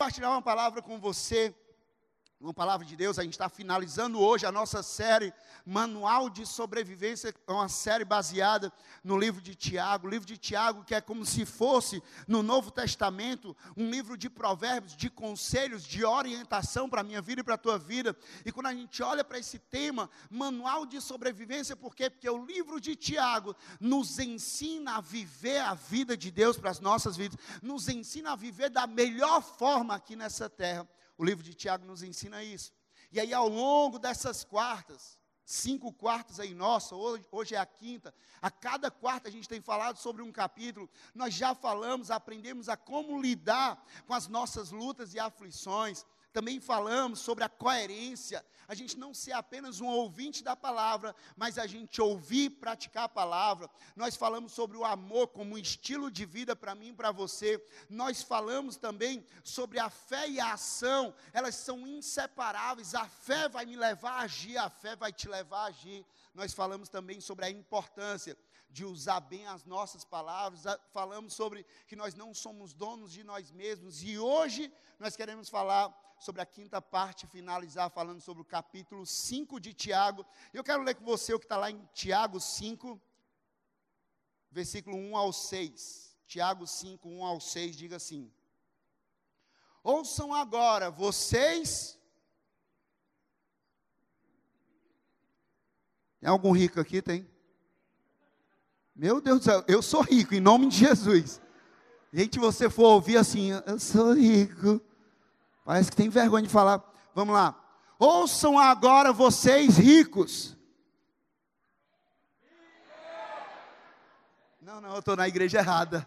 compartilhar uma palavra com você, uma palavra de Deus. A gente está finalizando hoje a nossa série Manual de Sobrevivência, é uma série baseada no livro de Tiago. O livro de Tiago, que é como se fosse, no Novo Testamento, um livro de provérbios, de conselhos, de orientação para a minha vida e para a tua vida. E quando a gente olha para esse tema, Manual de Sobrevivência, por quê? Porque o livro de Tiago nos ensina a viver a vida de Deus para as nossas vidas, nos ensina a viver da melhor forma aqui nessa terra. O livro de Tiago nos ensina isso. E aí, ao longo dessas quartas, 5 quartas aí, nossa, hoje é a quinta, a cada quarta a gente tem falado sobre um capítulo. Nós já falamos, aprendemos a como lidar com as nossas lutas e aflições. Também falamos sobre a coerência, a gente não ser apenas um ouvinte da palavra, mas a gente ouvir e praticar a palavra. Nós falamos sobre o amor como um estilo de vida para mim e para você. Nós falamos também sobre a fé e a ação, elas são inseparáveis. A fé vai me levar a agir, a fé vai te levar a agir. Nós falamos também sobre a importância de usar bem as nossas palavras, falamos sobre que nós não somos donos de nós mesmos, e hoje nós queremos falar sobre a quinta parte, finalizar falando sobre o capítulo 5 de Tiago. Eu quero ler com você o que está lá em Tiago 5, versículo 1 ao 6, Tiago 5, 1 ao 6, diga assim: ouçam agora vocês... Tem algum rico aqui? Tem? Meu Deus do céu, eu sou rico, em nome de Jesus. Gente, se você for ouvir assim, eu sou rico, parece que tem vergonha de falar. Vamos lá. Ouçam agora vocês ricos. Não, eu estou na igreja errada.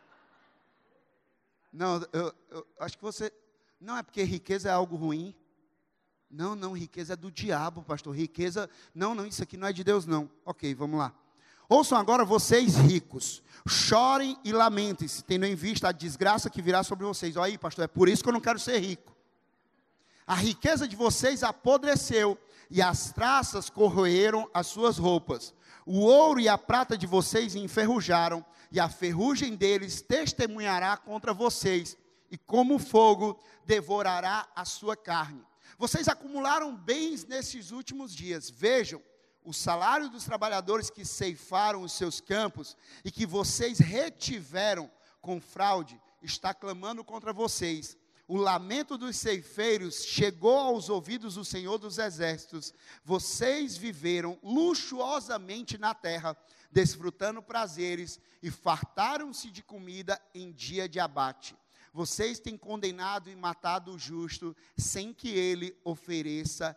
Não, eu acho que você... Não, é porque riqueza é algo ruim. Não, riqueza é do diabo, pastor. Riqueza... Não, isso aqui não é de Deus, não. Ok, vamos lá. Ouçam agora vocês ricos, chorem e lamentem-se, tendo em vista a desgraça que virá sobre vocês. Olha aí, pastor, é por isso que eu não quero ser rico. A riqueza de vocês apodreceu, e as traças corroeram as suas roupas. O ouro e a prata de vocês enferrujaram, e a ferrugem deles testemunhará contra vocês, e como fogo devorará a sua carne. Vocês acumularam bens nesses últimos dias, vejam, o salário dos trabalhadores que ceifaram os seus campos e que vocês retiveram com fraude, está clamando contra vocês. O lamento dos ceifeiros chegou aos ouvidos do Senhor dos Exércitos. Vocês viveram luxuosamente na terra, desfrutando prazeres e fartaram-se de comida em dia de abate. Vocês têm condenado e matado o justo, sem que ele ofereça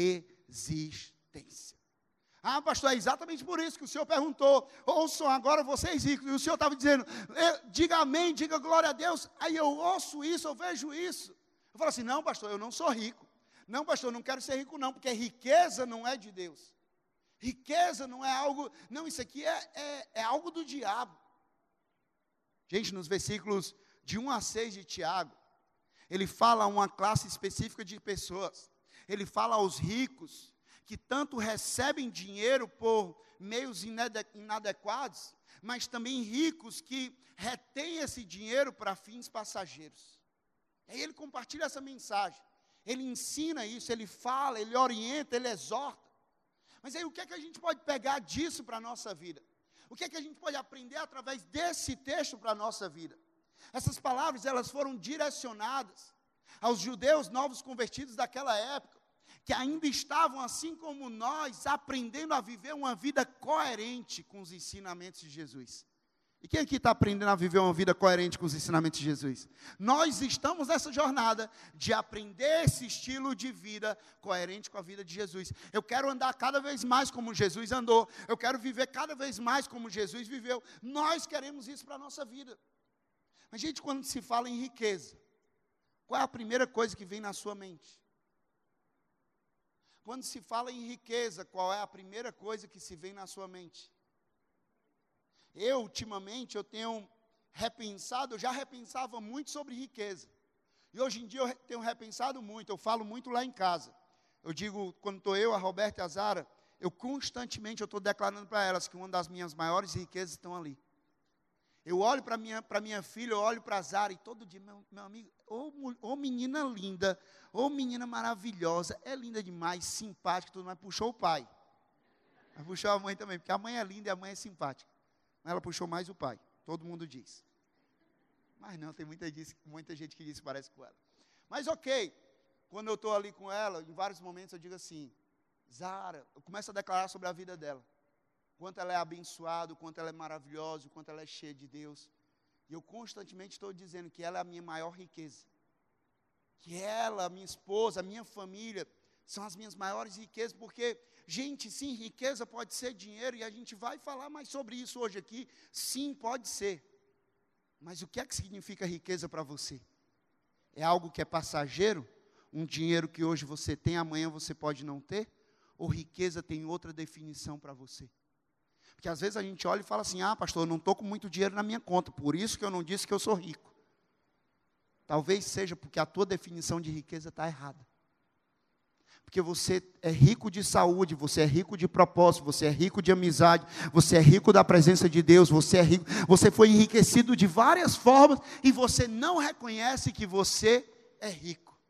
resistência. Ah, pastor, é exatamente por isso que o senhor perguntou. Ouçam agora vocês ricos. E o senhor estava dizendo, diga amém, diga glória a Deus. Aí eu ouço isso, eu vejo isso. Eu falo assim, não, pastor, eu não sou rico. Não, pastor, eu não quero ser rico não, porque riqueza não é de Deus. Riqueza não é algo, não, isso aqui é algo do diabo. Gente, nos versículos de 1 a 6 de Tiago, ele fala a uma classe específica de pessoas. Ele fala aos ricos, que tanto recebem dinheiro por meios inadequados, mas também ricos que retêm esse dinheiro para fins passageiros. Aí ele compartilha essa mensagem, ele ensina isso, ele fala, ele orienta, ele exorta. Mas aí o que é que a gente pode pegar disso para a nossa vida? O que é que a gente pode aprender através desse texto para a nossa vida? Essas palavras, elas foram direcionadas aos judeus novos convertidos daquela época, que ainda estavam, assim como nós, aprendendo a viver uma vida coerente com os ensinamentos de Jesus. E quem aqui está aprendendo a viver uma vida coerente com os ensinamentos de Jesus? Nós estamos nessa jornada de aprender esse estilo de vida coerente com a vida de Jesus. Eu quero andar cada vez mais como Jesus andou. Eu quero viver cada vez mais como Jesus viveu. Nós queremos isso para a nossa vida. Mas, gente, quando se fala em riqueza, qual é a primeira coisa que vem na sua mente? Quando se fala em riqueza, qual é a primeira coisa que se vem na sua mente? Ultimamente, eu tenho repensado, eu já repensava muito sobre riqueza. E hoje em dia eu tenho repensado muito, eu falo muito lá em casa. Eu digo, quando estou eu, a Roberta e a Zara, eu constantemente estou declarando para elas que uma das minhas maiores riquezas estão ali. Eu olho para minha filha, eu olho para a Zara, e todo dia, meu amigo, ô menina linda, ô menina maravilhosa, é linda demais, simpática, tudo mais, puxou o pai. Mas puxou a mãe também, porque a mãe é linda e a mãe é simpática. Mas ela puxou mais o pai, todo mundo diz. Mas não, tem muita gente que diz que parece com ela. Mas ok, quando eu estou ali com ela, em vários momentos eu digo assim, Zara, eu começo a declarar sobre a vida dela. Quanto ela é abençoada, quanto ela é maravilhosa, quanto ela é cheia de Deus. E eu constantemente estou dizendo que ela é a minha maior riqueza. Que ela, a minha esposa, a minha família, são as minhas maiores riquezas, porque, gente, sim, riqueza pode ser dinheiro, e a gente vai falar mais sobre isso hoje aqui. Sim, pode ser. Mas o que é que significa riqueza para você? É algo que é passageiro? Um dinheiro que hoje você tem, amanhã você pode não ter? Ou riqueza tem outra definição para você? Porque às vezes a gente olha e fala assim, pastor, eu não estou com muito dinheiro na minha conta, por isso que eu não disse que eu sou rico. Talvez seja porque a tua definição de riqueza está errada. Porque você é rico de saúde, você é rico de propósito, você é rico de amizade, você é rico da presença de Deus, você é rico, você foi enriquecido de várias formas e você não reconhece que você é rico.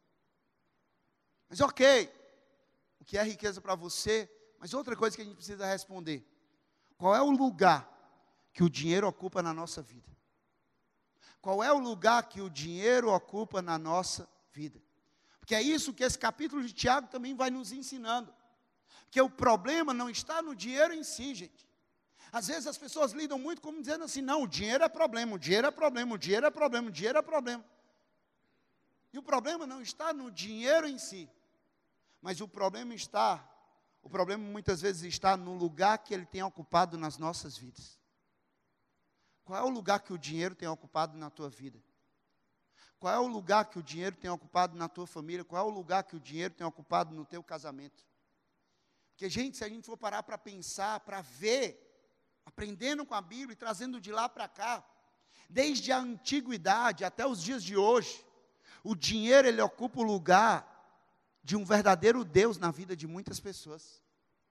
Mas ok, o que é riqueza para você? Mas outra coisa que a gente precisa responder. Qual é o lugar que o dinheiro ocupa na nossa vida? Qual é o lugar que o dinheiro ocupa na nossa vida? Porque é isso que esse capítulo de Tiago também vai nos ensinando. Porque o problema não está no dinheiro em si, gente. Às vezes as pessoas lidam muito como dizendo assim, não, o dinheiro é problema, o dinheiro é problema, o dinheiro é problema, o dinheiro é problema. E o problema não está no dinheiro em si. Mas o problema muitas vezes está no lugar que ele tem ocupado nas nossas vidas. Qual é o lugar que o dinheiro tem ocupado na tua vida? Qual é o lugar que o dinheiro tem ocupado na tua família? Qual é o lugar que o dinheiro tem ocupado no teu casamento? Porque, gente, se a gente for parar para pensar, para ver, aprendendo com a Bíblia e trazendo de lá para cá, desde a antiguidade até os dias de hoje, o dinheiro ele ocupa o lugar de um verdadeiro Deus na vida de muitas pessoas.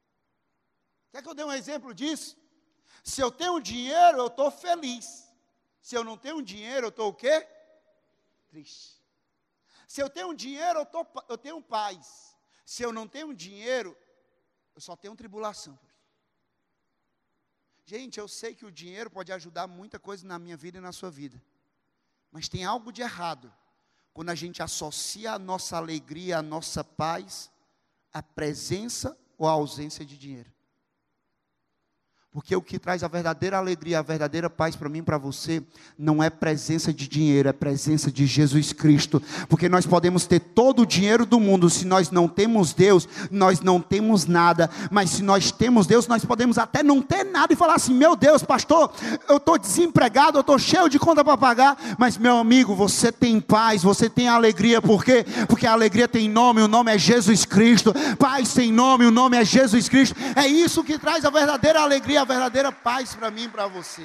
Quer que eu dê um exemplo disso? Se eu tenho dinheiro, eu estou feliz. Se eu não tenho dinheiro, eu estou o quê? Triste. Se eu tenho dinheiro, eu tenho paz. Se eu não tenho dinheiro, eu só tenho tribulação. Gente, eu sei que o dinheiro pode ajudar muita coisa na minha vida e na sua vida. Mas tem algo de errado quando a gente associa a nossa alegria, a nossa paz, à presença ou à ausência de dinheiro. Porque o que traz a verdadeira alegria, a verdadeira paz para mim e para você, não é presença de dinheiro, é presença de Jesus Cristo. Porque nós podemos ter todo o dinheiro do mundo, se nós não temos Deus, nós não temos nada. Mas se nós temos Deus, nós podemos até não ter nada e falar assim, meu Deus, pastor, eu estou desempregado, eu estou cheio de conta para pagar. Mas meu amigo, você tem paz, você tem alegria. Por quê? Porque a alegria tem nome, o nome é Jesus Cristo. Paz tem nome, o nome é Jesus Cristo. É isso que traz a verdadeira alegria, a verdadeira paz para mim e para você.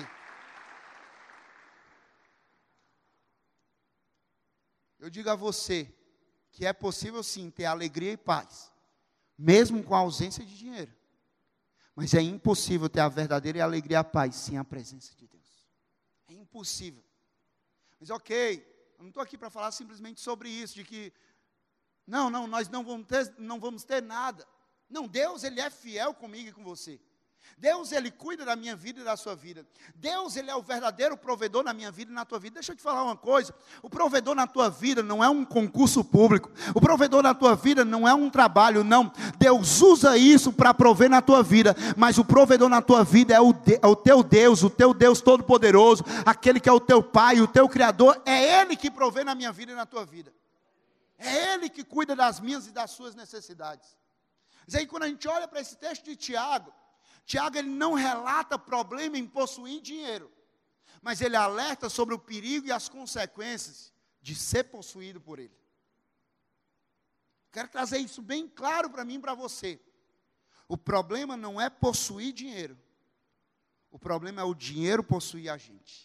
Eu digo a você que é possível sim ter alegria e paz, mesmo com a ausência de dinheiro. Mas é impossível ter a verdadeira alegria e a paz sem a presença de Deus. É impossível. Mas ok, eu não estou aqui para falar simplesmente sobre isso, de que nós não vamos ter nada. Não, Deus ele é fiel comigo e com você. Deus, Ele cuida da minha vida e da sua vida. Deus, Ele é o verdadeiro provedor na minha vida e na tua vida. Deixa eu te falar uma coisa. O provedor na tua vida não é um concurso público. O provedor na tua vida não é um trabalho, não. Deus usa isso para prover na tua vida. Mas o provedor na tua vida é o teu Deus todo-poderoso. Aquele que é o teu Pai, o teu Criador. É Ele que provê na minha vida e na tua vida. É Ele que cuida das minhas e das suas necessidades. Mas aí quando a gente olha para esse texto de Tiago, ele não relata problema em possuir dinheiro, mas ele alerta sobre o perigo e as consequências de ser possuído por ele. Quero trazer isso bem claro para mim e para você. O problema não é possuir dinheiro, o problema é o dinheiro possuir a gente.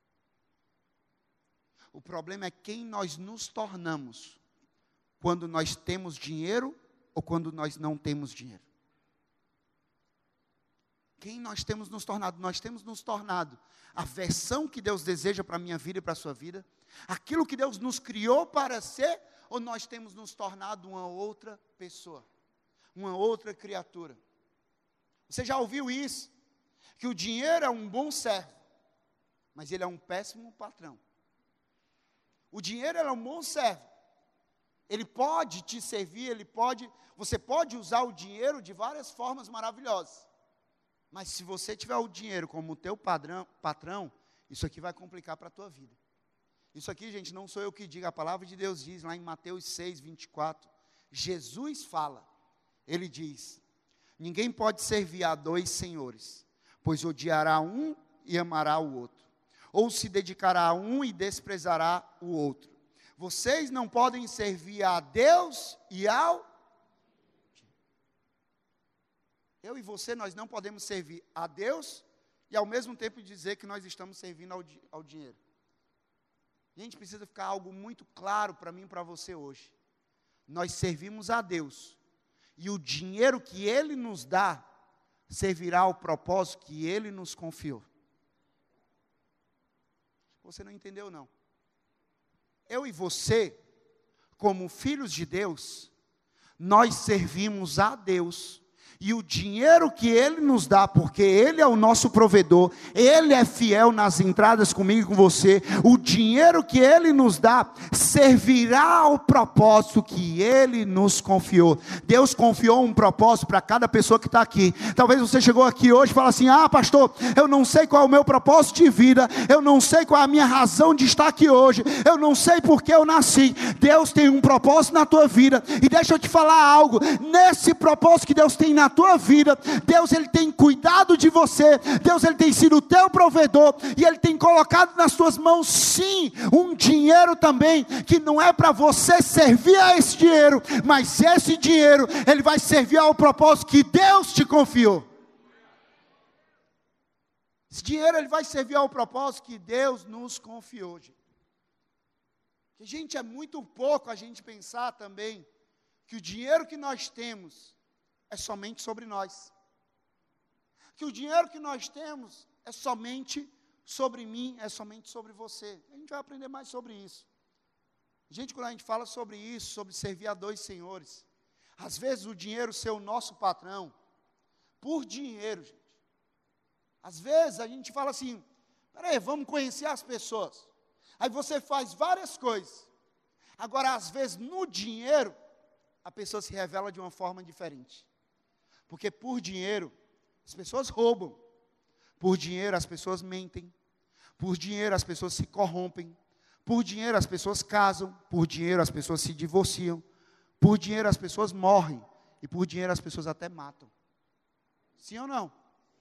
O problema é quem nós nos tornamos quando nós temos dinheiro ou quando nós não temos dinheiro. quem nós temos nos tornado? Nós temos nos tornado a versão que Deus deseja para a minha vida e para a sua vida? Aquilo que Deus nos criou para ser? Ou nós temos nos tornado uma outra pessoa? Uma outra criatura? Você já ouviu isso? Que o dinheiro é um bom servo, mas ele é um péssimo patrão. O dinheiro é um bom servo. Ele pode te servir, você pode usar o dinheiro de várias formas maravilhosas. Mas se você tiver o dinheiro como teu patrão, isso aqui vai complicar para a tua vida. Isso aqui, gente, não sou eu que digo, a palavra de Deus diz lá em Mateus 6, 24. Jesus fala, ele diz: ninguém pode servir a dois senhores, pois odiará um e amará o outro, ou se dedicará a um e desprezará o outro. Vocês não podem servir a Deus e ao... Eu e você, nós não podemos servir a Deus e ao mesmo tempo dizer que nós estamos servindo ao dinheiro. Gente, precisa ficar algo muito claro para mim e para você hoje. Nós servimos a Deus e o dinheiro que Ele nos dá servirá ao propósito que Ele nos confiou. Você não entendeu, não. Eu e você, como filhos de Deus, nós servimos a Deus. E o dinheiro que Ele nos dá, porque Ele é o nosso provedor, Ele é fiel nas entradas comigo e com você, o dinheiro que Ele nos dá, servirá ao propósito que Ele nos confiou. Deus confiou um propósito para cada pessoa que está aqui. Talvez você chegou aqui hoje e fala assim: ah, pastor, eu não sei qual é o meu propósito de vida, eu não sei qual é a minha razão de estar aqui hoje, eu não sei por que eu nasci. Deus tem um propósito na tua vida, e deixa eu te falar algo, nesse propósito que Deus tem na tua vida, Deus ele tem cuidado de você, Deus ele tem sido o teu provedor, e Ele tem colocado nas tuas mãos sim, um dinheiro também, que não é para você servir a esse dinheiro, mas esse dinheiro, ele vai servir ao propósito que Deus te confiou. Esse dinheiro ele vai servir ao propósito que Deus nos confiou, gente. Gente, é muito pouco a gente pensar também, que o dinheiro que nós temos, é somente sobre nós. Que o dinheiro que nós temos é somente sobre mim, é somente sobre você. A gente vai aprender mais sobre isso. Gente, quando a gente fala sobre isso, sobre servir a dois senhores, às vezes o dinheiro ser o nosso patrão, por dinheiro, gente. Às vezes a gente fala assim: peraí, vamos conhecer as pessoas. Aí você faz várias coisas. Agora, às vezes, no dinheiro, a pessoa se revela de uma forma diferente. Porque por dinheiro, as pessoas roubam. Por dinheiro, as pessoas mentem. Por dinheiro, as pessoas se corrompem. Por dinheiro, as pessoas casam. Por dinheiro, as pessoas se divorciam. Por dinheiro, as pessoas morrem. E por dinheiro, as pessoas até matam. Sim ou não?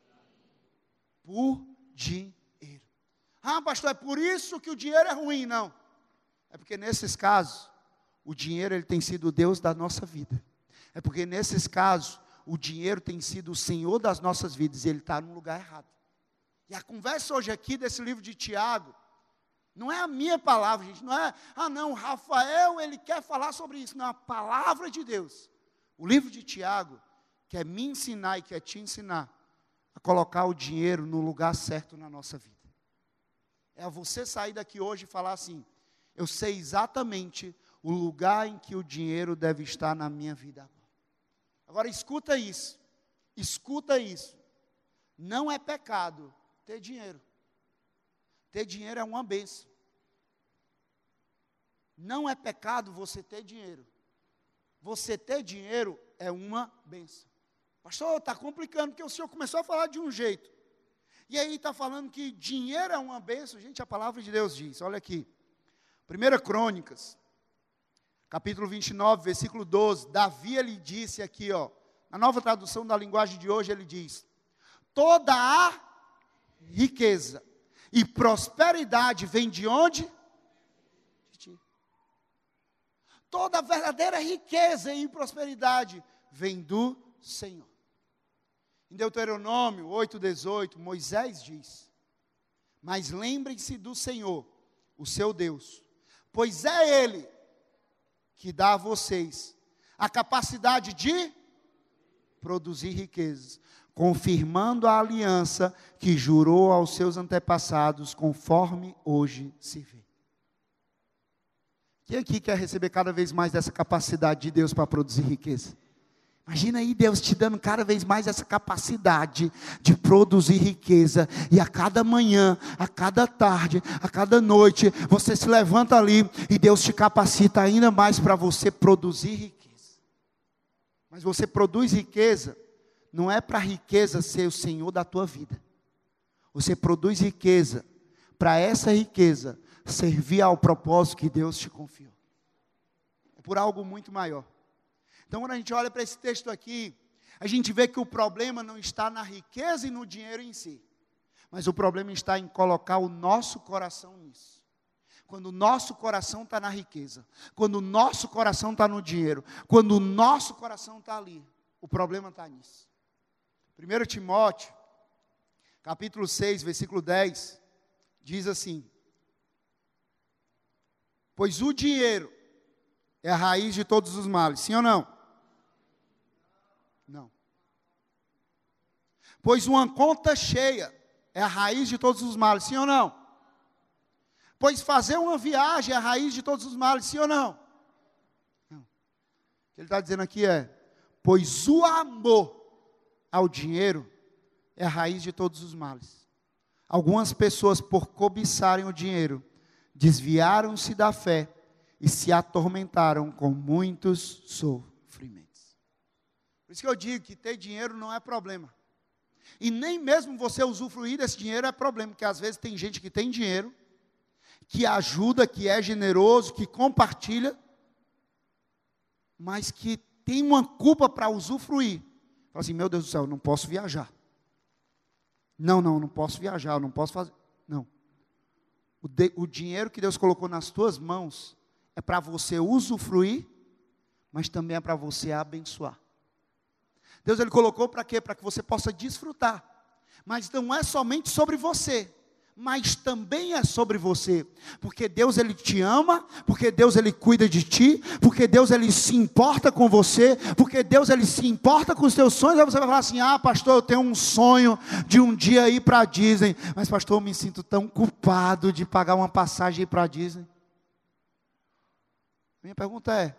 Por dinheiro. Ah, pastor, é por isso que o dinheiro é ruim? Não. É porque nesses casos, o dinheiro ele tem sido o Deus da nossa vida. É porque nesses casos, o dinheiro tem sido o Senhor das nossas vidas, e ele está no lugar errado. E a conversa hoje aqui desse livro de Tiago, não é a minha palavra, gente, não é, o Rafael, ele quer falar sobre isso, não, a palavra de Deus. O livro de Tiago quer me ensinar e quer te ensinar a colocar o dinheiro no lugar certo na nossa vida. É você sair daqui hoje e falar assim: eu sei exatamente o lugar em que o dinheiro deve estar na minha vida agora. Agora escuta isso, não é pecado ter dinheiro. Ter dinheiro é uma bênção. Não é pecado você ter dinheiro. Você ter dinheiro é uma bênção. Pastor, está complicando, porque o senhor começou a falar de um jeito. E aí está falando que dinheiro é uma bênção. Gente, a palavra de Deus diz, olha aqui. 1 Crônicas, capítulo 29, versículo 12. Davi, ele disse aqui, na nova tradução da linguagem de hoje, ele diz: toda a riqueza e prosperidade vem de onde? De ti. Toda a verdadeira riqueza e prosperidade vem do Senhor. Em Deuteronômio 8:18, Moisés diz: mas lembrem-se do Senhor, o seu Deus, pois é Ele que dá a vocês a capacidade de produzir riquezas, confirmando a aliança que jurou aos seus antepassados, conforme hoje se vê. Quem aqui quer receber cada vez mais dessa capacidade de Deus para produzir riqueza? Imagina aí Deus te dando cada vez mais essa capacidade de produzir riqueza. E a cada manhã, a cada tarde, a cada noite, você se levanta ali e Deus te capacita ainda mais para você produzir riqueza. Mas você produz riqueza, não é para a riqueza ser o Senhor da tua vida. Você produz riqueza para essa riqueza servir ao propósito que Deus te confiou. É por algo muito maior. Então, quando a gente olha para esse texto aqui, a gente vê que o problema não está na riqueza e no dinheiro em si, mas o problema está em colocar o nosso coração nisso. Quando o nosso coração está na riqueza, quando o nosso coração está no dinheiro, quando o nosso coração está ali, o problema está nisso. 1 Timóteo, capítulo 6, versículo 10, diz assim: pois o dinheiro é a raiz de todos os males, sim ou não? Não. Pois uma conta cheia é a raiz de todos os males, sim ou não? Pois fazer uma viagem é a raiz de todos os males, sim ou não? Não. O que ele está dizendo aqui é: pois o amor ao dinheiro é a raiz de todos os males. Algumas pessoas, por cobiçarem o dinheiro, desviaram-se da fé e se atormentaram com muitos sofrimentos. Por isso que eu digo que ter dinheiro não é problema. E nem mesmo você usufruir desse dinheiro é problema, porque às vezes tem gente que tem dinheiro, que ajuda, que é generoso, que compartilha, mas que tem uma culpa para usufruir. Fala assim: meu Deus do céu, eu não posso viajar. Não posso viajar, eu não posso fazer. Não. O dinheiro que Deus colocou nas tuas mãos é para você usufruir, mas também é para você abençoar. Deus ele colocou para quê? Para que você possa desfrutar. Mas não é somente sobre você, mas também é sobre você. Porque Deus ele te ama, porque Deus ele cuida de ti, porque Deus ele se importa com você, porque Deus ele se importa com os teus sonhos. Aí você vai falar assim: ah, pastor, eu tenho um sonho de um dia ir para a Disney. Mas pastor, eu me sinto tão culpado de pagar uma passagem para a Disney. Minha pergunta é: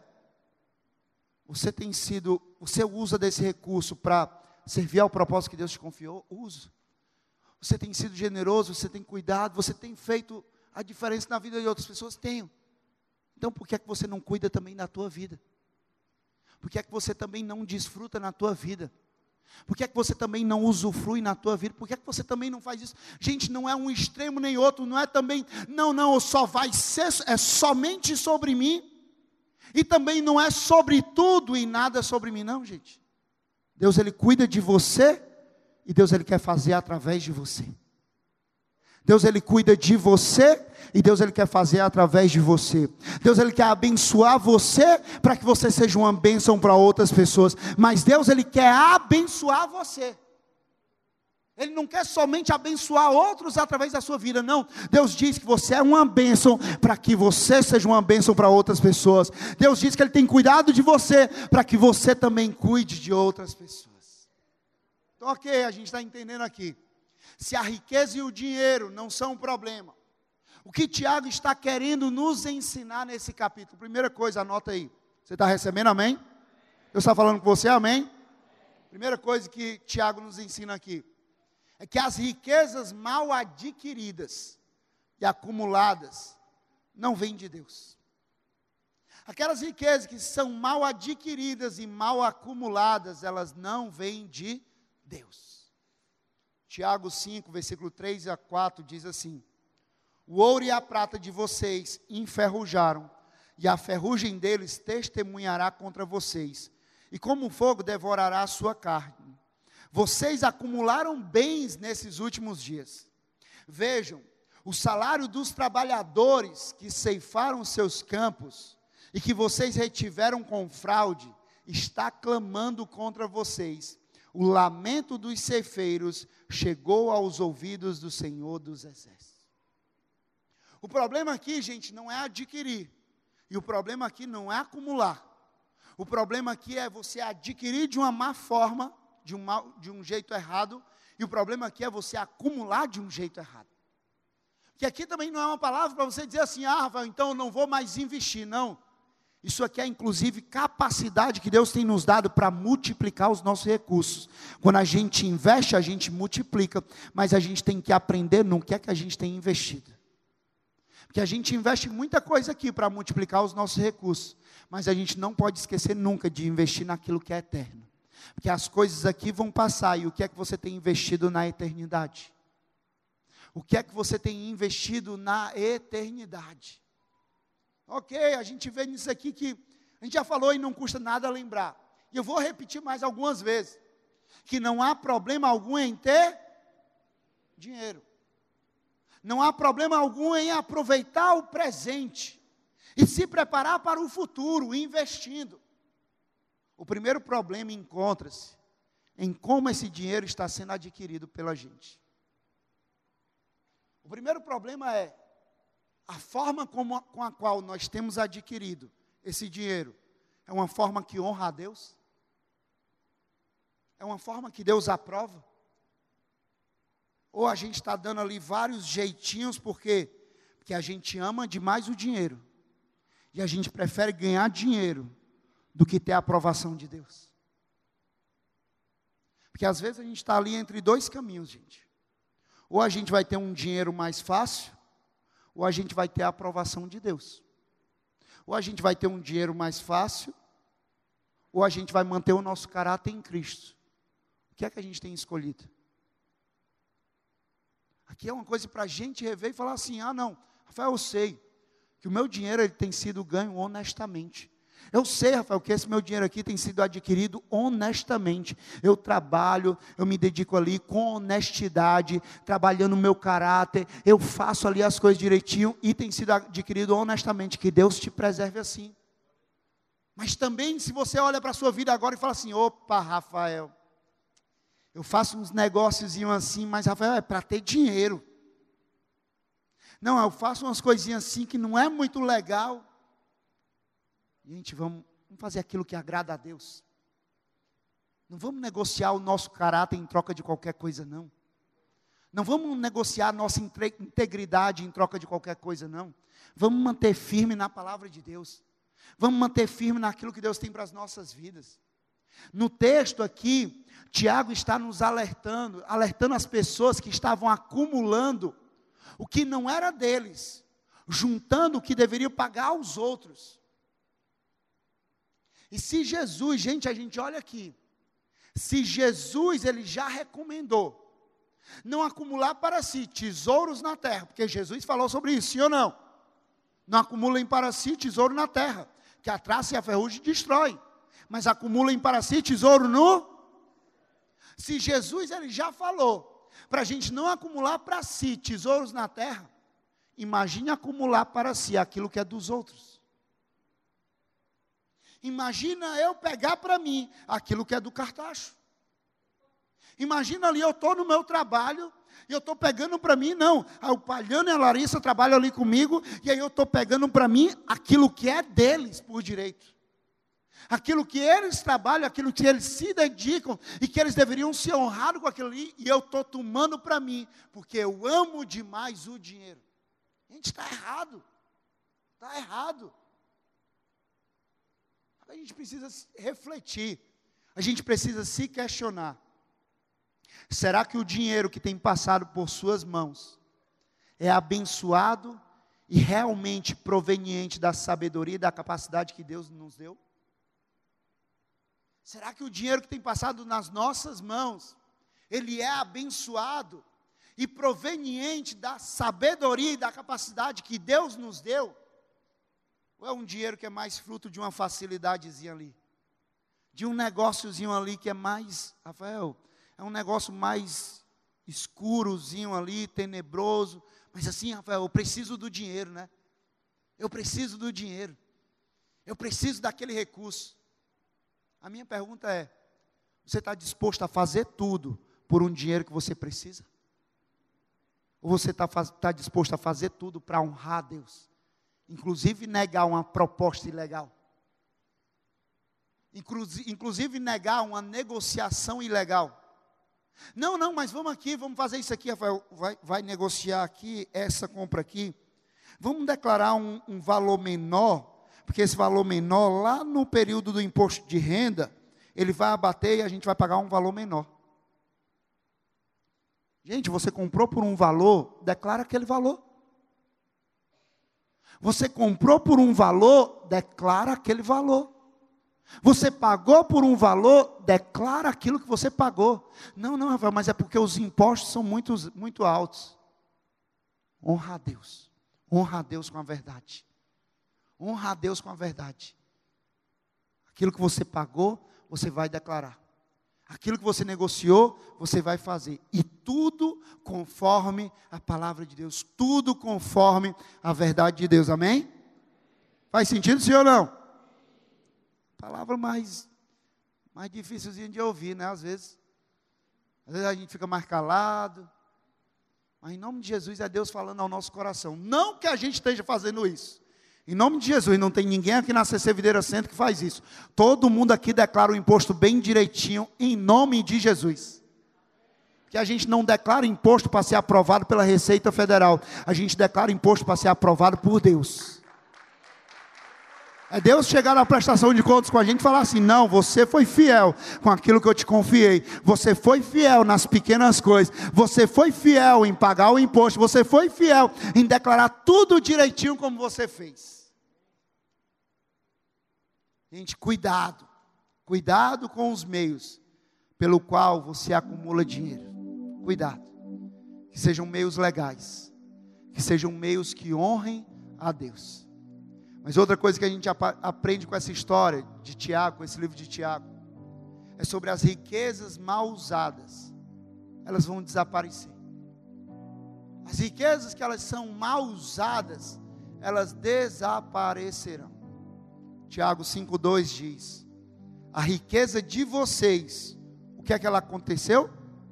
você usa desse recurso para servir ao propósito que Deus te confiou? Usa. Você tem sido generoso, você tem cuidado, você tem feito a diferença na vida de outras pessoas? Tenho. Então por que é que você não cuida também da tua vida? Por que é que você também não desfruta na tua vida? Por que é que você também não usufrui na tua vida? Por que é que você também não faz isso? Gente, não é um extremo nem outro, não é também, não, só vai ser, é somente sobre mim. E também não é sobre tudo e nada sobre mim, não, gente. Deus ele cuida de você e Deus ele quer fazer através de você. Deus ele cuida de você e Deus ele quer fazer através de você. Deus ele quer abençoar você para que você seja uma bênção para outras pessoas. Mas Deus ele quer abençoar você. Ele não quer somente abençoar outros através da sua vida, não. Deus diz que você é uma bênção para que você seja uma bênção para outras pessoas. Deus diz que Ele tem cuidado de você para que você também cuide de outras pessoas. Então, ok, a gente está entendendo aqui. Se a riqueza e o dinheiro não são um problema, o que Tiago está querendo nos ensinar nesse capítulo? Primeira coisa, anota aí. Você está recebendo, amém? Deus está falando com você, amém? Primeira coisa que Tiago nos ensina aqui é que as riquezas mal adquiridas e acumuladas não vêm de Deus. Aquelas riquezas que são mal adquiridas e mal acumuladas, elas não vêm de Deus. Tiago 5, versículo 3 a 4 diz assim: o ouro e a prata de vocês enferrujaram, e a ferrugem deles testemunhará contra vocês, e como fogo devorará a sua carne. Vocês acumularam bens nesses últimos dias. Vejam, o salário dos trabalhadores que ceifaram seus campos e que vocês retiveram com fraude, está clamando contra vocês. O lamento dos ceifeiros chegou aos ouvidos do Senhor dos Exércitos. O problema aqui, gente, não é adquirir. E o problema aqui não é acumular. O problema aqui é você adquirir de uma má forma de um jeito errado, e o problema aqui é você acumular de um jeito errado. Que aqui também não é uma palavra para você dizer assim, Rafael, então eu não vou mais investir, não. Isso aqui é inclusive capacidade que Deus tem nos dado para multiplicar os nossos recursos. Quando a gente investe, a gente multiplica, mas a gente tem que aprender no que é que a gente tem investido. Porque a gente investe muita coisa aqui para multiplicar os nossos recursos, mas a gente não pode esquecer nunca de investir naquilo que é eterno. Porque as coisas aqui vão passar, e o que é que você tem investido na eternidade? O que é que você tem investido na eternidade? Ok, a gente vê nisso aqui que a gente já falou e não custa nada lembrar. E eu vou repetir mais algumas vezes. Que não há problema algum em ter dinheiro. Não há problema algum em aproveitar o presente. E se preparar para o futuro, investindo. O primeiro problema encontra-se em como esse dinheiro está sendo adquirido pela gente. O primeiro problema é a forma com a qual nós temos adquirido esse dinheiro. É uma forma que honra a Deus? É uma forma que Deus aprova? Ou a gente está dando ali vários jeitinhos, porque a gente ama demais o dinheiro. E a gente prefere ganhar dinheiro do que ter a aprovação de Deus. Porque às vezes a gente está ali entre dois caminhos, gente. Ou a gente vai ter um dinheiro mais fácil, ou a gente vai ter a aprovação de Deus. Ou a gente vai ter um dinheiro mais fácil, ou a gente vai manter o nosso caráter em Cristo. O que é que a gente tem escolhido? Aqui é uma coisa para a gente rever e falar assim, não, Rafael, eu sei que o meu dinheiro ele tem sido ganho honestamente. Eu sei, Rafael, que esse meu dinheiro aqui tem sido adquirido honestamente. Eu trabalho, eu me dedico ali com honestidade, trabalhando o meu caráter, eu faço ali as coisas direitinho e tem sido adquirido honestamente. Que Deus te preserve assim. Mas também, se você olha para a sua vida agora e fala assim, opa, Rafael, eu faço uns negóciozinhos assim, mas Rafael, é para ter dinheiro. Não, eu faço umas coisinhas assim que não é muito legal. Gente, vamos fazer aquilo que agrada a Deus. Não vamos negociar o nosso caráter em troca de qualquer coisa, não. Não vamos negociar a nossa integridade em troca de qualquer coisa, não. Vamos manter firme na palavra de Deus. Vamos manter firme naquilo que Deus tem para as nossas vidas. No texto aqui, Tiago está nos alertando as pessoas que estavam acumulando o que não era deles, juntando o que deveriam pagar aos outros. E se Jesus, gente, a gente olha aqui, se Jesus, ele já recomendou, não acumular para si tesouros na terra, porque Jesus falou sobre isso, sim ou não? Não acumulem para si tesouro na terra, que a traça e a ferrugem destrói, mas acumulem para si tesouro no... Se Jesus, ele já falou, para a gente não acumular para si tesouros na terra, imagine acumular para si aquilo que é dos outros. Imagina eu pegar para mim aquilo que é do cartacho. Imagina ali, eu estou no meu trabalho, e eu estou pegando para mim, não. O Palhano e a Larissa trabalham ali comigo, e aí eu estou pegando para mim aquilo que é deles por direito. Aquilo que eles trabalham, aquilo que eles se dedicam, e que eles deveriam ser honrados com aquilo ali, e eu estou tomando para mim, porque eu amo demais o dinheiro. Gente, está errado. Está errado. A gente precisa refletir, a gente precisa se questionar. Será que o dinheiro que tem passado por suas mãos é abençoado e realmente proveniente da sabedoria e da capacidade que Deus nos deu? Será que o dinheiro que tem passado nas nossas mãos, ele é abençoado e proveniente da sabedoria e da capacidade que Deus nos deu? Ou é um dinheiro que é mais fruto de uma facilidadezinha ali? De um negóciozinho ali que é mais, Rafael, é um negócio mais escurozinho ali, tenebroso. Mas assim, Rafael, eu preciso do dinheiro, né? Eu preciso do dinheiro. Eu preciso daquele recurso. A minha pergunta é, você está disposto a fazer tudo por um dinheiro que você precisa? Ou você está disposto a fazer tudo para honrar a Deus? Inclusive negar uma proposta ilegal. inclusive negar uma negociação ilegal. Não, mas vamos aqui, vamos fazer isso aqui, Rafael, vai negociar aqui, essa compra aqui. Vamos declarar um valor menor, porque esse valor menor, lá no período do imposto de renda, ele vai abater e a gente vai pagar um valor menor. Gente, você comprou por um valor, declara aquele valor. Você comprou por um valor, declara aquele valor. Você pagou por um valor, declara aquilo que você pagou. Não, Rafael, mas é porque os impostos são muito altos. Honra a Deus. Honra a Deus com a verdade. Honra a Deus com a verdade. Aquilo que você pagou, você vai declarar. Aquilo que você negociou, você vai fazer. E tudo conforme a palavra de Deus. Tudo conforme a verdade de Deus. Amém? Faz sentido, sim ou não? Palavra mais difícilzinha de ouvir, né? Às vezes a gente fica mais calado. Mas em nome de Jesus é Deus falando ao nosso coração. Não que a gente esteja fazendo isso. Em nome de Jesus, não tem ninguém aqui na CC Videira Centro que faz isso. Todo mundo aqui declara o imposto bem direitinho, em nome de Jesus. Que a gente não declara imposto para ser aprovado pela Receita Federal. A gente declara imposto para ser aprovado por Deus. É Deus chegar na prestação de contas com a gente e falar assim: não, você foi fiel com aquilo que eu te confiei. Você foi fiel nas pequenas coisas. Você foi fiel em pagar o imposto. Você foi fiel em declarar tudo direitinho como você fez. Gente, cuidado. Cuidado com os meios pelo qual você acumula dinheiro. Cuidado. Que sejam meios legais. Que sejam meios que honrem a Deus. Mas outra coisa que a gente aprende com essa história de Tiago, com esse livro de Tiago, é sobre as riquezas mal usadas. Elas vão desaparecer. As riquezas que elas são mal usadas, elas desaparecerão. Tiago 5,2 diz: a riqueza de vocês, o que é que ela aconteceu?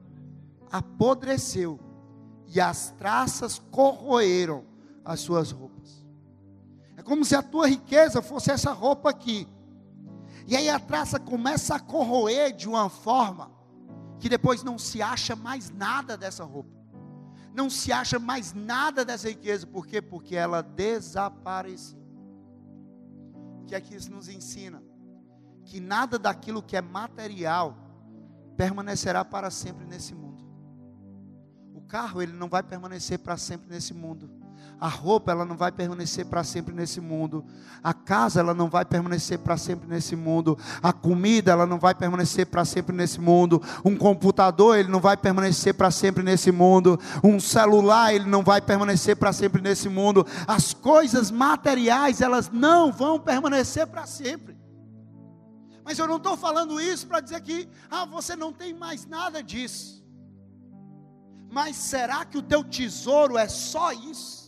Apodreceu, e as traças corroeram as suas roupas. É como se a tua riqueza fosse essa roupa aqui. E aí a traça começa a corroer de uma forma que depois não se acha mais nada dessa roupa. Não se acha mais nada dessa riqueza. Por quê? Porque ela desapareceu. O que é que isso nos ensina? Que nada daquilo que é material permanecerá para sempre nesse mundo. O carro, ele não vai permanecer para sempre nesse mundo. A roupa, ela não vai permanecer para sempre nesse mundo. A casa, ela não vai permanecer para sempre nesse mundo. A comida, ela não vai permanecer para sempre nesse mundo. Um computador, ele não vai permanecer para sempre nesse mundo. Um celular, ele não vai permanecer para sempre nesse mundo. As coisas materiais, elas não vão permanecer para sempre. Mas eu não estou falando isso para dizer que você não tem mais nada disso. Mas será que o teu tesouro é só isso?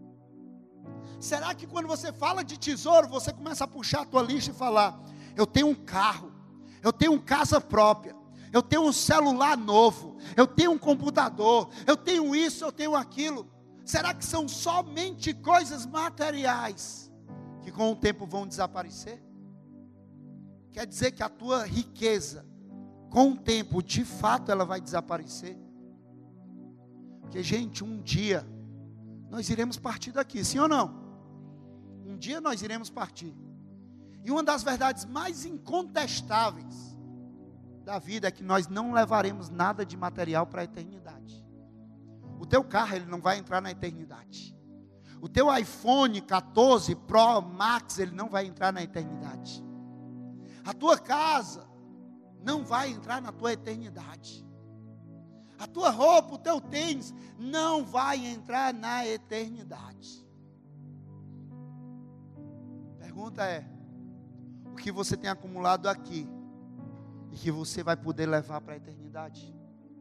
Será que quando você fala de tesouro, você começa a puxar a tua lista e falar: eu tenho um carro, eu tenho casa própria, eu tenho um celular novo, eu tenho um computador, eu tenho isso, eu tenho aquilo. Será que são somente coisas materiais que com o tempo vão desaparecer? Quer dizer que a tua riqueza, com o tempo, de fato ela vai desaparecer? Porque, gente, um dia nós iremos partir daqui, sim ou não? Um dia nós iremos partir. E uma das verdades mais incontestáveis da vida é que nós não levaremos nada de material para a eternidade. O teu carro, ele não vai entrar na eternidade. O teu iPhone 14 Pro Max, ele não vai entrar na eternidade. A tua casa não vai entrar na tua eternidade. A tua roupa, o teu tênis, não vai entrar na eternidade. A pergunta é: o que você tem acumulado aqui e que você vai poder levar para a eternidade?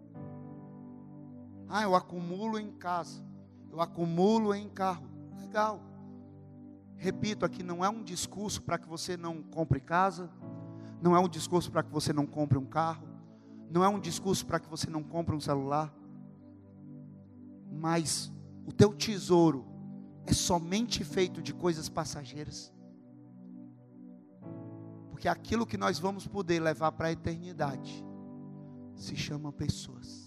Eu acumulo em casa, eu acumulo em carro. Legal. Repito, aqui não é um discurso para que você não compre casa, não é um discurso para que você não compre um carro, não é um discurso para que você não compre um celular. Mas o teu tesouro é somente feito de coisas passageiras. Porque aquilo que nós vamos poder levar para a eternidade se chama pessoas.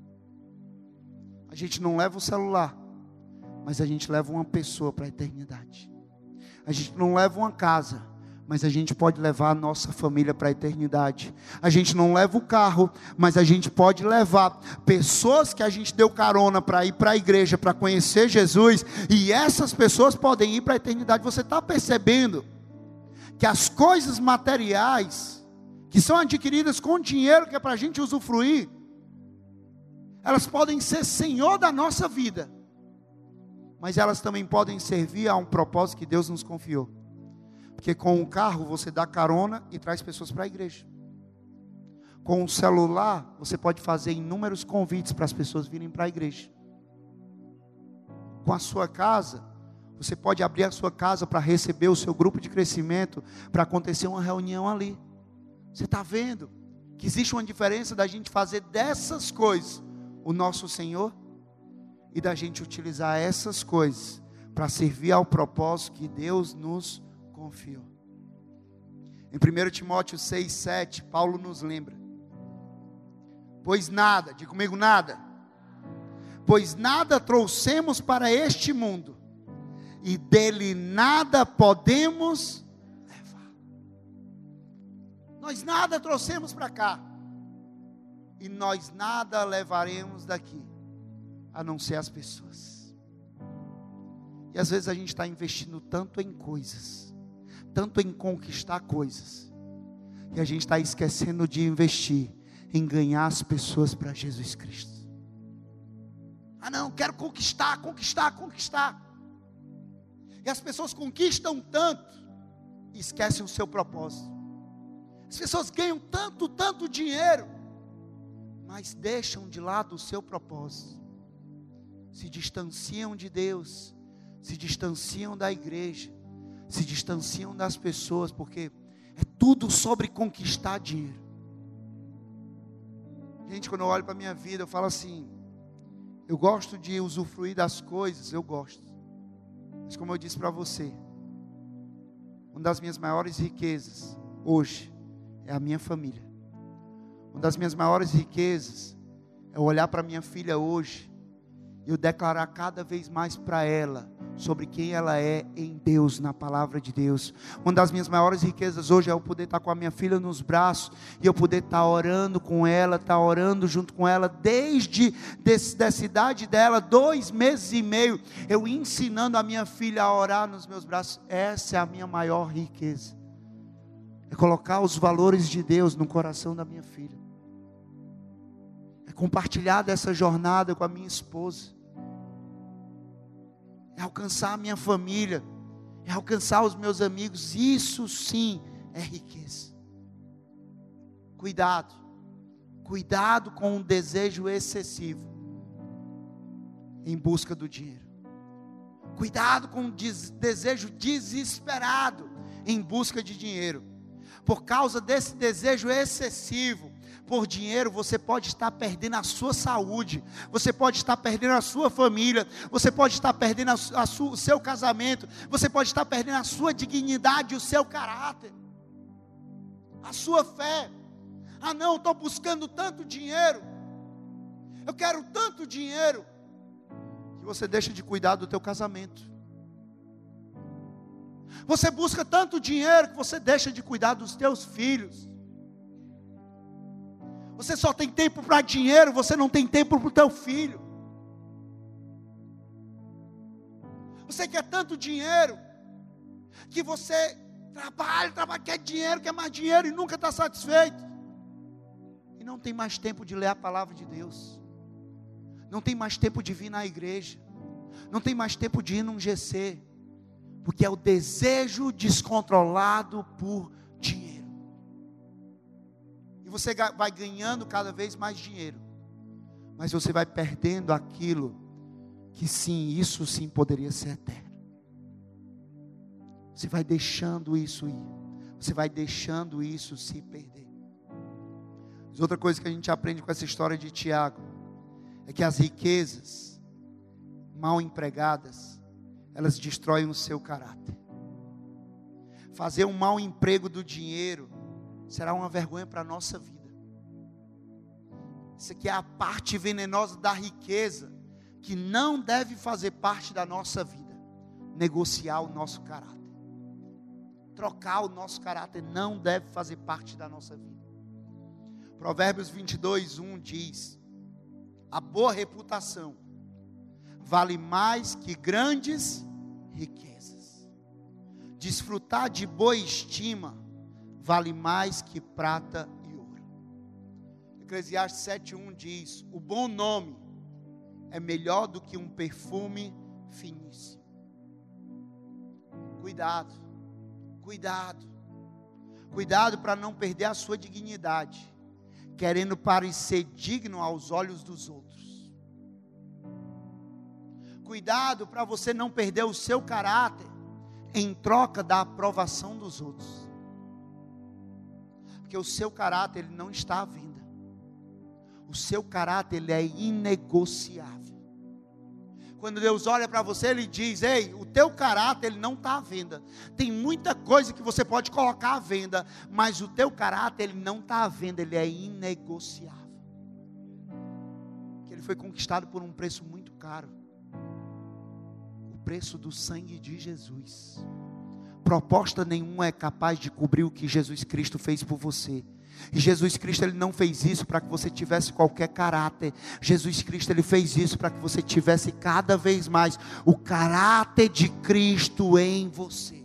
A gente não leva o celular, mas a gente leva uma pessoa para a eternidade. A gente não leva uma casa, mas a gente pode levar a nossa família para a eternidade. A gente não leva o carro, mas a gente pode levar pessoas que a gente deu carona para ir para a igreja, para conhecer Jesus, e essas pessoas podem ir para a eternidade. Você está percebendo que as coisas materiais, que são adquiridas com dinheiro, que é para a gente usufruir, elas podem ser senhor da nossa vida, mas elas também podem servir a um propósito que Deus nos confiou. Porque com o carro você dá carona e traz pessoas para a igreja. Com o celular você pode fazer inúmeros convites para as pessoas virem para a igreja. Com a sua casa, você pode abrir a sua casa para receber o seu grupo de crescimento, para acontecer uma reunião ali. Você está vendo que existe uma diferença da gente fazer dessas coisas o nosso Senhor e da gente utilizar essas coisas para servir ao propósito que Deus nos confiou. Em 1 Timóteo 6,7, Paulo nos lembra: pois nada, diga comigo, nada, pois nada trouxemos para este mundo, e dele nada podemos levar. Nós nada trouxemos para cá, e nós nada levaremos daqui, a não ser as pessoas. E às vezes a gente está investindo tanto em coisas, tanto em conquistar coisas, e a gente está esquecendo de investir em ganhar as pessoas para Jesus Cristo. Ah não, quero conquistar. E as pessoas conquistam tanto, e esquecem o seu propósito. As pessoas ganham tanto dinheiro, mas deixam de lado o seu propósito. Se distanciam de Deus, se distanciam da igreja, se distanciam das pessoas, porque é tudo sobre conquistar dinheiro. Gente, quando eu olho para a minha vida, eu falo assim: eu gosto de usufruir das coisas, eu gosto. Mas como eu disse para você, uma das minhas maiores riquezas hoje é a minha família. Uma das minhas maiores riquezas é olhar para minha filha hoje e eu declarar cada vez mais para ela sobre quem ela é em Deus, na palavra de Deus. Uma das minhas maiores riquezas hoje é eu poder estar com a minha filha nos braços e eu poder estar orando com ela, estar orando junto com ela, desde dessa idade dela, 2 meses e meio, eu ensinando a minha filha a orar nos meus braços. Essa é a minha maior riqueza, é colocar os valores de Deus no coração da minha filha, é compartilhar dessa jornada com a minha esposa, é alcançar a minha família, é alcançar os meus amigos. Isso sim é riqueza. Cuidado com um desejo excessivo em busca do dinheiro. Cuidado com um desejo desesperado em busca de dinheiro. Por causa desse desejo excessivo por dinheiro, você pode estar perdendo a sua saúde, você pode estar perdendo a sua família, você pode estar perdendo o seu casamento, você pode estar perdendo a sua dignidade, o seu caráter, a sua fé. Ah não, estou buscando tanto dinheiro, eu quero tanto dinheiro, que você deixa de cuidar do teu casamento. Você busca tanto dinheiro que você deixa de cuidar dos teus filhos. Você só tem tempo para dinheiro, você não tem tempo para o teu filho. Você quer tanto dinheiro que você trabalha, quer dinheiro, quer mais dinheiro e nunca está satisfeito. E não tem mais tempo de ler a palavra de Deus. Não tem mais tempo de vir na igreja. Não tem mais tempo de ir num GC. Porque é o desejo descontrolado por dinheiro. E você vai ganhando cada vez mais dinheiro, mas você vai perdendo aquilo que sim, isso sim poderia ser eterno. Você vai deixando isso ir. Você vai deixando isso se perder. Mas outra coisa que a gente aprende com essa história de Tiago é que as riquezas mal empregadas, elas destroem o seu caráter. fazer um mau emprego do dinheiro, será uma vergonha para a nossa vida. Isso aqui é a parte venenosa da riqueza, que não deve fazer parte da nossa vida. Negociar o nosso caráter. Trocar o nosso caráter não deve fazer parte da nossa vida. Provérbios 22:1 diz: a boa reputação vale mais que grandes riquezas. Desfrutar de boa estima vale mais que prata e ouro. Eclesiastes 7:1 diz: o bom nome é melhor do que um perfume finíssimo. Cuidado, cuidado, cuidado para não perder a sua dignidade, querendo parecer digno aos olhos dos outros. Cuidado para você não perder o seu caráter em troca da aprovação dos outros. Porque o seu caráter ele não está à venda. O seu caráter ele é inegociável. Quando Deus olha para você, Ele diz: ei, o teu caráter ele não está à venda. Tem muita coisa que você pode colocar à venda, mas o teu caráter ele não está à venda, ele é inegociável. Porque ele foi conquistado por um preço muito caro. O preço do sangue de Jesus. Proposta nenhuma é capaz de cobrir o que Jesus Cristo fez por você. E Jesus Cristo ele não fez isso para que você tivesse qualquer caráter. Jesus Cristo ele fez isso para que você tivesse cada vez mais o caráter de Cristo em você.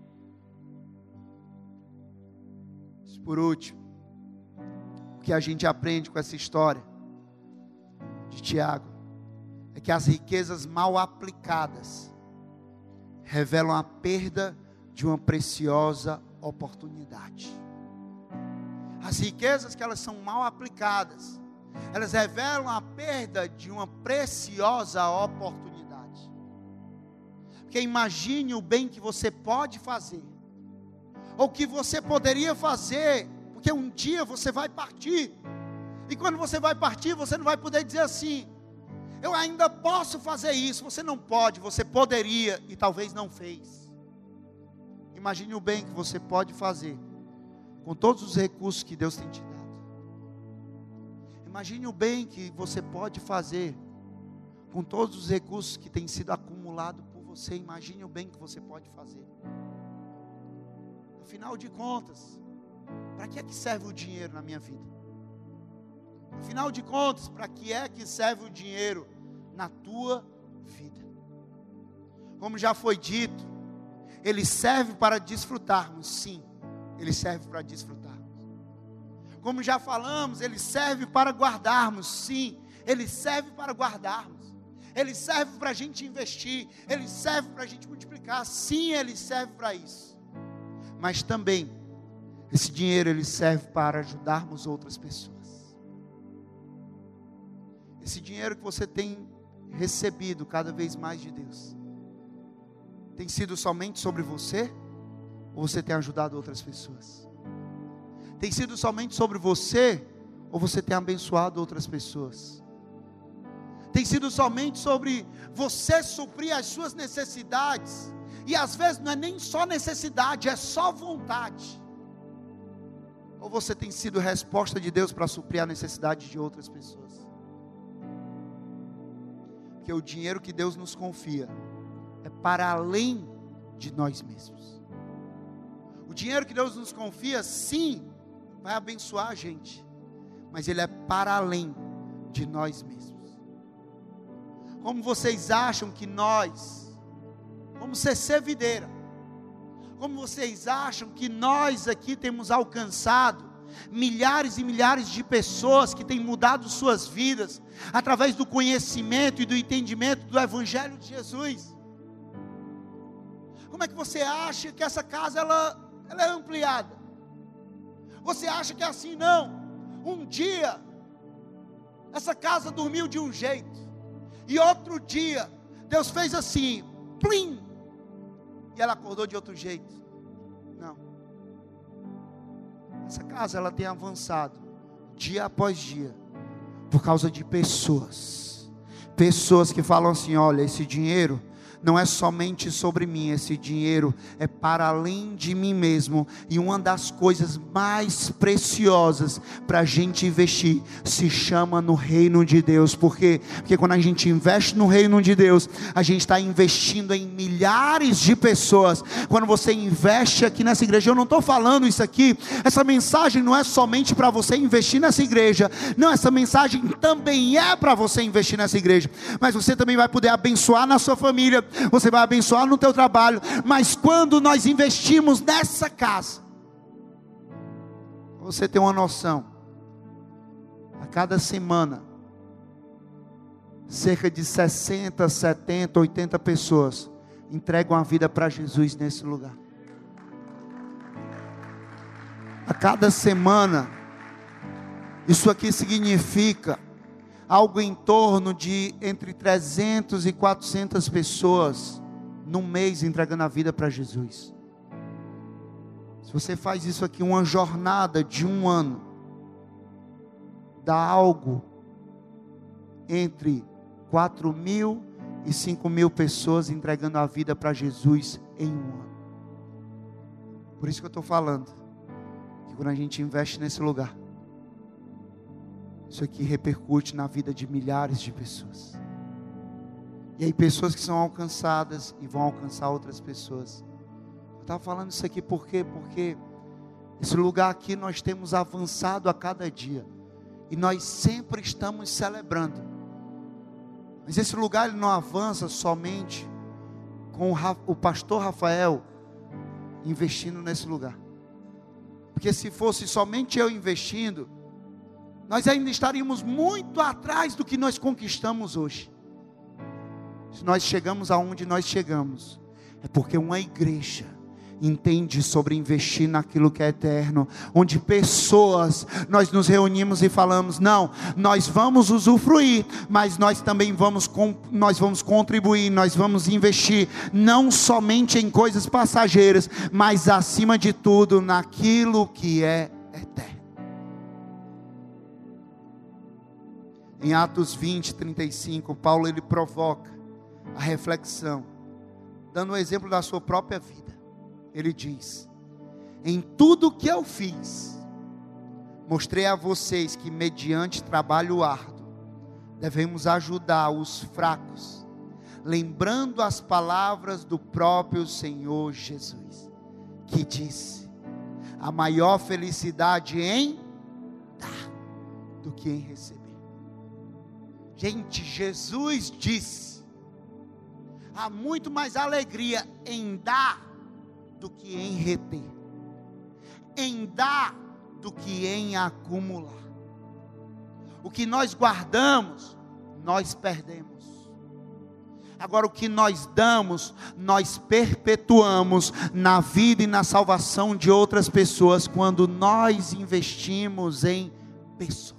Por último, o que a gente aprende com essa história de Tiago é que as riquezas mal aplicadas revelam a perda de uma preciosa oportunidade. As riquezas que elas são mal aplicadas, elas revelam a perda de uma preciosa oportunidade. Porque imagine o bem que você pode fazer, ou que você poderia fazer, porque um dia você vai partir, e quando você vai partir, você não vai poder dizer assim: eu ainda posso fazer isso. Você não pode, você poderia e talvez não fez. Imagine o bem que você pode fazer com todos os recursos que Deus tem te dado. Imagine o bem que você pode fazer com todos os recursos que têm sido acumulados por você. Imagine o bem que você pode fazer. Afinal de contas, para que é que serve o dinheiro na minha vida? Afinal de contas, para que é que serve o dinheiro na tua vida? Como já foi dito, ele serve para desfrutarmos, sim. Ele serve para desfrutarmos. Como já falamos, ele serve para guardarmos, sim. Ele serve para guardarmos. Ele serve para a gente investir. Ele serve para a gente multiplicar, sim, ele serve para isso. Mas também, esse dinheiro ele serve para ajudarmos outras pessoas. Esse dinheiro que você tem recebido cada vez mais de Deus, tem sido somente sobre você? Ou você tem ajudado outras pessoas? Tem sido somente sobre você? Ou você tem abençoado outras pessoas? Tem sido somente sobre você suprir as suas necessidades? E às vezes não é nem só necessidade, é só vontade. Ou você tem sido resposta de Deus para suprir a necessidade de outras pessoas? Porque o dinheiro que Deus nos confia é para além de nós mesmos. O dinheiro que Deus nos confia, sim, vai abençoar a gente, mas ele é para além de nós mesmos. Como vocês acham que nós, como CC Videira, como vocês acham que nós aqui temos alcançado milhares e milhares de pessoas que têm mudado suas vidas através do conhecimento e do entendimento do Evangelho de Jesus? Como é que você acha que essa casa ela é ampliada? Você acha que é assim? Não. Um dia essa casa dormiu de um jeito, e outro dia Deus fez assim, plim, e ela acordou de outro jeito. Não. Essa casa ela tem avançado dia após dia por causa de pessoas que falam assim: olha, esse dinheiro não é somente sobre mim, esse dinheiro é para além de mim mesmo. E uma das coisas mais preciosas para a gente investir se chama no reino de Deus. Por quê? Porque quando a gente investe no reino de Deus, a gente está investindo em milhares de pessoas. Quando você investe aqui nessa igreja, eu não estou falando isso aqui, essa mensagem não é somente para você investir nessa igreja, não, essa mensagem também é para você investir nessa igreja, mas você também vai poder abençoar na sua família, você vai abençoar no teu trabalho. Mas quando nós investimos nessa casa, você tem uma noção, a cada semana cerca de 60, 70, 80 pessoas entregam a vida para Jesus nesse lugar. A cada semana, isso aqui significa algo em torno de entre 300 e 400 pessoas no mês entregando a vida para Jesus. Se você faz isso aqui uma jornada de um ano, dá algo entre 4.000 e 5.000 pessoas entregando a vida para Jesus em um ano. Por isso que eu estou falando, que quando a gente investe nesse lugar, isso aqui repercute na vida de milhares de pessoas. E aí pessoas que são alcançadas e vão alcançar outras pessoas. Eu estava falando isso aqui por quê? Porque esse lugar aqui nós temos avançado a cada dia. E nós sempre estamos celebrando. Mas esse lugar ele não avança somente com o pastor Rafael investindo nesse lugar. Porque se fosse somente eu investindo, nós ainda estaríamos muito atrás do que nós conquistamos hoje. Se nós chegamos aonde nós chegamos, é porque uma igreja entende sobre investir naquilo que é eterno, onde pessoas, nós nos reunimos e falamos, não, nós vamos usufruir, mas nós também vamos contribuir, nós vamos investir, não somente em coisas passageiras, mas acima de tudo, naquilo que é eterno. Em Atos 20, 35, Paulo ele provoca a reflexão, dando um exemplo da sua própria vida. Ele diz: em tudo que eu fiz, mostrei a vocês que mediante trabalho árduo, devemos ajudar os fracos, lembrando as palavras do próprio Senhor Jesus, que disse: a maior felicidade em dar do que em receber. Gente, Jesus disse: há muito mais alegria em dar do que em reter, em dar do que em acumular. O que nós guardamos, nós perdemos. Agora o que nós damos, nós perpetuamos na vida e na salvação de outras pessoas, quando nós investimos em pessoas.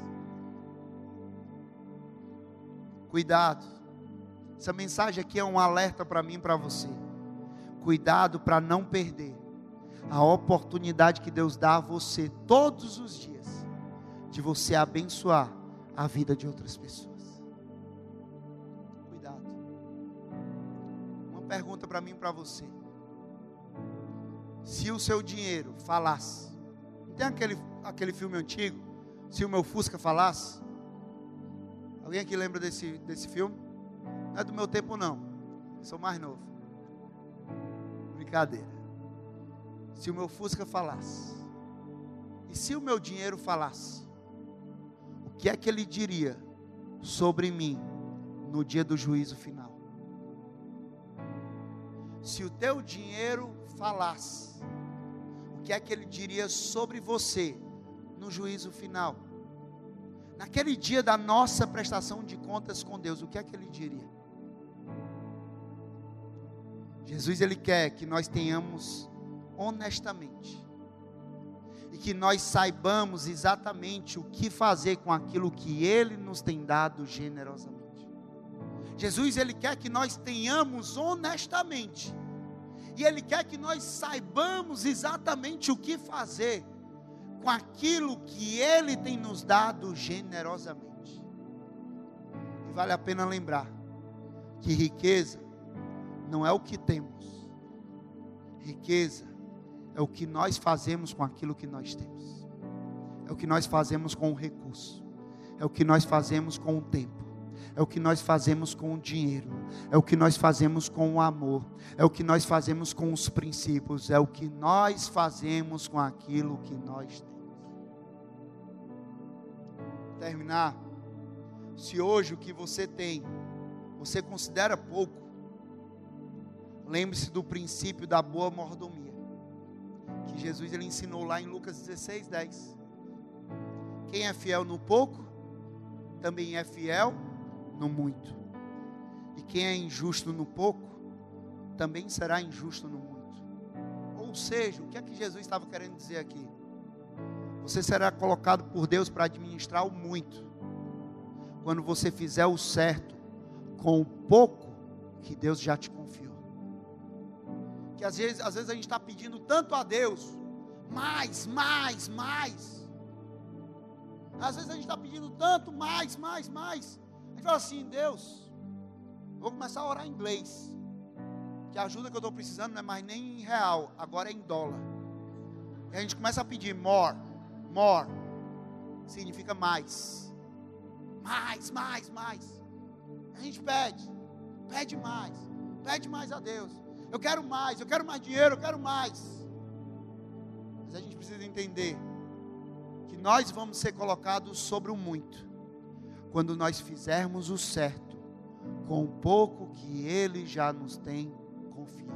Cuidado, essa mensagem aqui é um alerta para mim e para você. Cuidado para não perder a oportunidade que Deus dá a você todos os dias, de você abençoar a vida de outras pessoas. Cuidado. Uma pergunta para mim e para você: se o seu dinheiro falasse, não tem aquele filme antigo, Se o Meu Fusca Falasse? Alguém aqui lembra desse filme? Não é do meu tempo não, eu sou mais novo. Brincadeira. Se o meu Fusca falasse, e se o meu dinheiro falasse, o que é que ele diria sobre mim no dia do juízo final? Se o teu dinheiro falasse, o que é que ele diria sobre você no juízo final? Naquele dia da nossa prestação de contas com Deus, o que é que ele diria? Jesus ele quer que nós tenhamos honestamente, e que nós saibamos exatamente o que fazer com aquilo que Ele nos tem dado generosamente. Jesus ele quer que nós tenhamos honestamente, e Ele quer que nós saibamos exatamente o que fazer com aquilo que Ele tem nos dado generosamente. E vale a pena lembrar que riqueza não é o que temos. Riqueza é o que nós fazemos com aquilo que nós temos. É o que nós fazemos com o recurso. É o que nós fazemos com o tempo. É o que nós fazemos com o dinheiro. É o que nós fazemos com o amor. É o que nós fazemos com os princípios. É o que nós fazemos com aquilo que nós temos. Terminar. Se hoje o que você tem, você considera pouco, lembre-se do princípio da boa mordomia, que Jesus ele ensinou lá em Lucas 16:10. Quem é fiel no pouco, também é fiel no muito. E quem é injusto no pouco, também será injusto no muito. Ou seja, o que é que Jesus estava querendo dizer aqui? Você será colocado por Deus para administrar o muito, quando você fizer o certo com o pouco que Deus já te confiou. Que às vezes a gente está pedindo tanto a Deus, mais. Às vezes a gente está pedindo tanto, mais. A gente fala assim: Deus, vou começar a orar em inglês, que a ajuda que eu estou precisando não é mais nem em real, agora é em dólar. E a gente começa a pedir more, significa mais. A gente pede mais a Deus. Eu quero mais dinheiro, eu quero mais. Mas a gente precisa entender que nós vamos ser colocados sobre o muito, quando nós fizermos o certo, com o pouco que Ele já nos tem confiado.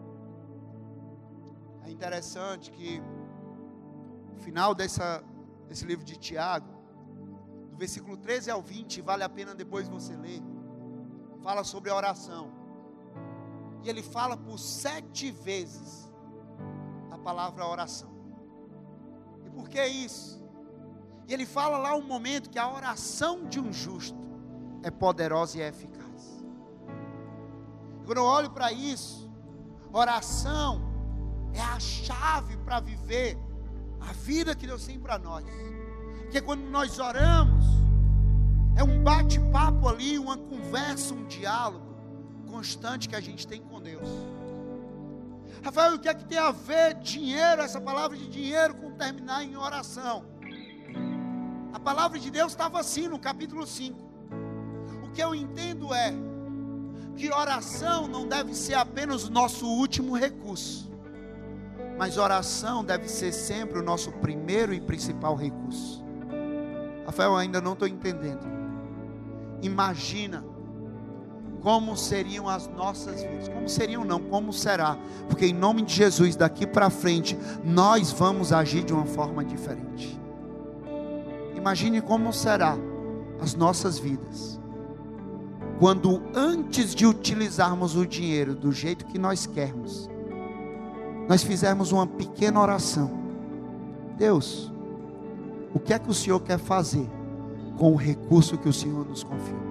É interessante que no final desse livro de Tiago, do versículo 13 ao 20, vale a pena depois você ler, fala sobre a oração. E ele fala por 7 vezes a palavra oração. E por que isso? E ele fala lá um momento que a oração de um justo é poderosa e é eficaz. Quando eu olho para isso, oração é a chave para viver a vida que Deus tem para nós. Porque quando nós oramos, é um bate-papo ali, uma conversa, um diálogo constante que a gente tem com Deus. Rafael, o que é que tem a ver dinheiro, essa palavra de dinheiro, com terminar em oração? A palavra de Deus estava assim no capítulo 5. O que eu entendo é que oração não deve ser apenas o nosso último recurso, mas oração deve ser sempre o nosso primeiro e principal recurso. Rafael, eu ainda não estou entendendo. Imagina como seriam as nossas vidas. Como seriam não, como será. Porque em nome de Jesus, daqui para frente, nós vamos agir de uma forma diferente. Imagine como será as nossas vidas quando antes de utilizarmos o dinheiro do jeito que nós queremos, nós fizermos uma pequena oração. Deus, o que é que o Senhor quer fazer com o recurso que o Senhor nos confiou?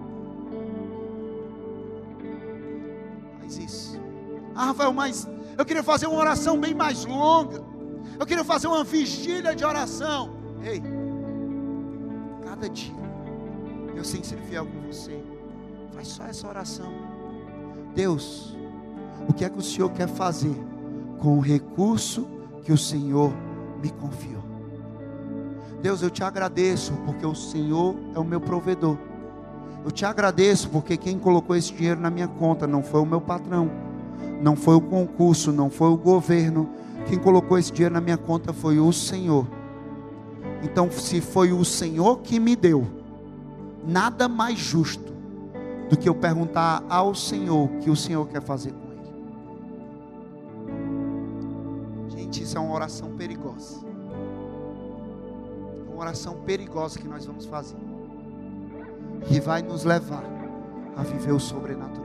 Faz isso. Ah, Rafael, mas eu queria fazer uma oração bem mais longa. Eu queria fazer uma vigília de oração. Ei, cada dia Deus tem sido fiel com você. Faz só essa oração. Deus, o que é que o Senhor quer fazer com o recurso que o Senhor me confiou? Deus, eu te agradeço porque o Senhor é o meu provedor. Eu te agradeço porque quem colocou esse dinheiro na minha conta não foi o meu patrão, não foi o concurso, não foi o governo. Quem colocou esse dinheiro na minha conta foi o Senhor. Então, se foi o Senhor que me deu, nada mais justo do que eu perguntar ao Senhor o que o Senhor quer fazer com ele. Gente, isso é uma oração perigosa. Uma oração perigosa que nós vamos fazer, que vai nos levar a viver o sobrenatural.